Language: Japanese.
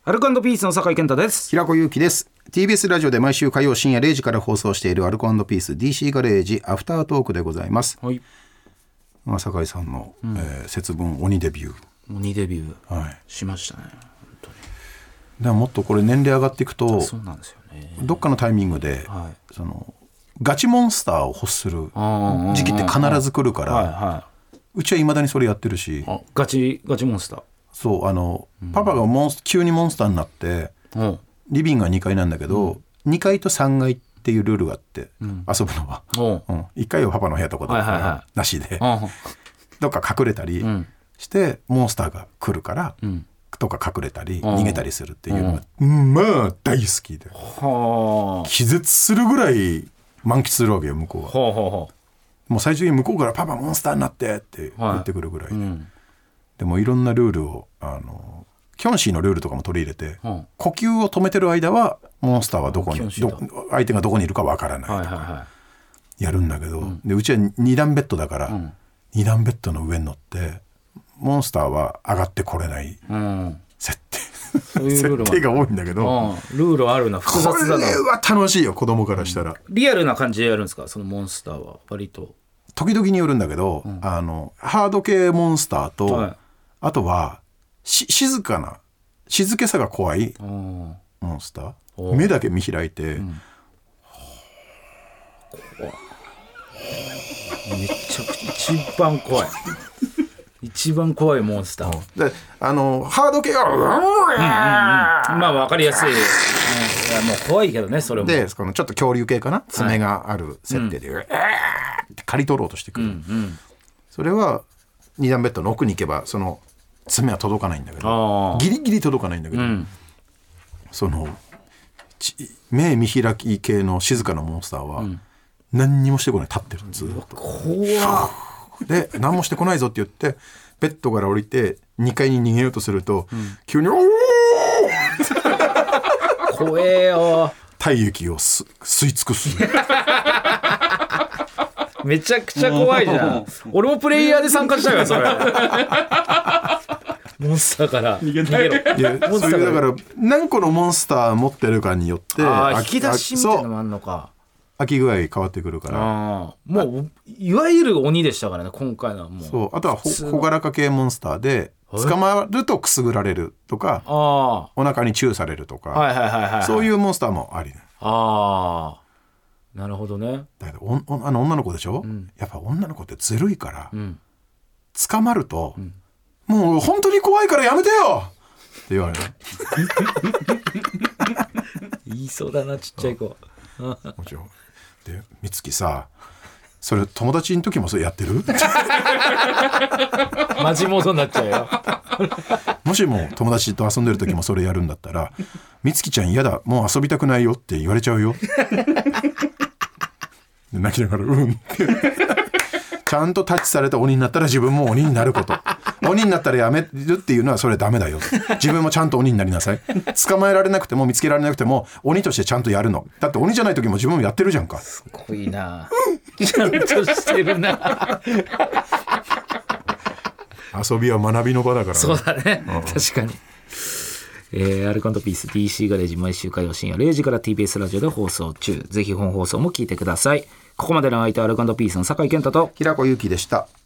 アルコ&ピースの酒井健太です。 平子祐希です。 TBS ラジオで毎週火曜深夜0時から放送しているアルコ&ピース DC ガレージアフタートークでございます、 はい。 酒井さんの、節分鬼デビュー、 鬼デビュー、 はい、 しましたね。本当に。 でももっとこれ年齢上がっていくと、 そうなんですよね。 どっかのタイミングで、 はい、 そのガチモンスターを欲する時期って必ず来るから、 はいはい、 うちは未だにそれやってるし、 ガチモンスター。 そうパパが急にモンスターになって、リビングが2階なんだけど、2階と3階っていうルールがあって、遊ぶのは、1階はパパの部屋とかだからなしで、どっか隠れたりして、モンスターが来るから、とか隠れたり逃げたりするっていうのが、まあ大好きで、気絶するぐらい満喫するわけよ向こうは。もう最終的に向こうからパパモンスターになってって言ってくるぐらいで、でもいろんなルールをキョンシーのルールとかも取り入れて、呼吸を止めてる間はモンスターは相手がどこにいるかわからないとかやるんだけど、でうちは2段ベッドだから、2段ベッドの上に乗ってモンスターは上がってこれない、設定そういうルール設定が多いんだけど、 ルールあるな、複雑だな。 これは楽しいよ子供からしたら。 リアルな感じでやるんですか、そのモンスターは。割と時々によるんだけど、ハード系モンスターと、あとは静けさが怖いモンスター、目だけ見開いて、 めちゃくちゃ一番怖い一番怖いモンスターで、ハード系はまあ分かりやすい、いやもう怖いけどね、それも。 でこのちょっと恐竜系かな、爪がある設定で、って刈り取ろうとしてくる、それは2段ベッドの奥に行けばその爪は届かないんだけど、ギリギリ届かないんだけど、その目見開き系の静かなモンスターは、何にもしてこない、立ってる、ずっと怖で何もしてこないぞって言ってベッドから降りて2階に逃げようとすると、急におー怖えよ、 体液を吸い尽くすめちゃくちゃ怖いじゃん俺もプレイヤーで参加したよそれモンスターから逃げろ。 いやそういうだから何個のモンスター持ってるかによって引き出しみたいなのもあんのか。 飽き具合変わってくるから、 もういわゆる鬼でしたからね今回のは。もうそう、あとはほがらか系モンスターで捕まるとくすぐられるとか、お腹にチューされるとか、そういうモンスターもありね。 なるほどね。 だけど女の子でしょ、やっぱ女の子ってずるいから、捕まると、もう本当に怖いからやめてよって言われる言いそうだな、ちっちゃい子。 もちろんで、美月さ、それ友達の時もそれやってるマジモードになっちゃうよもしも友達と遊んでる時もそれやるんだったら、美月ちゃん嫌だ、もう遊びたくないよって言われちゃうよで泣きながらちゃんとタッチされた鬼になったら自分も鬼になること、鬼になったらやめるっていうのはそれダメだよ、自分もちゃんと鬼になりなさい、捕まえられなくても見つけられなくても鬼としてちゃんとやるのだって、鬼じゃない時も自分もやってるじゃんか。 すごいなちゃんとしてるな遊びは学びの場だから、ね、 そうだね、確かに。アルコ&ピース DC ガレージ毎週火曜深夜0時から TBS ラジオで放送中。ぜひ本放送も聞いてください。ここまでの相手はアルコ&ピースの酒井健太と平子祐希でした。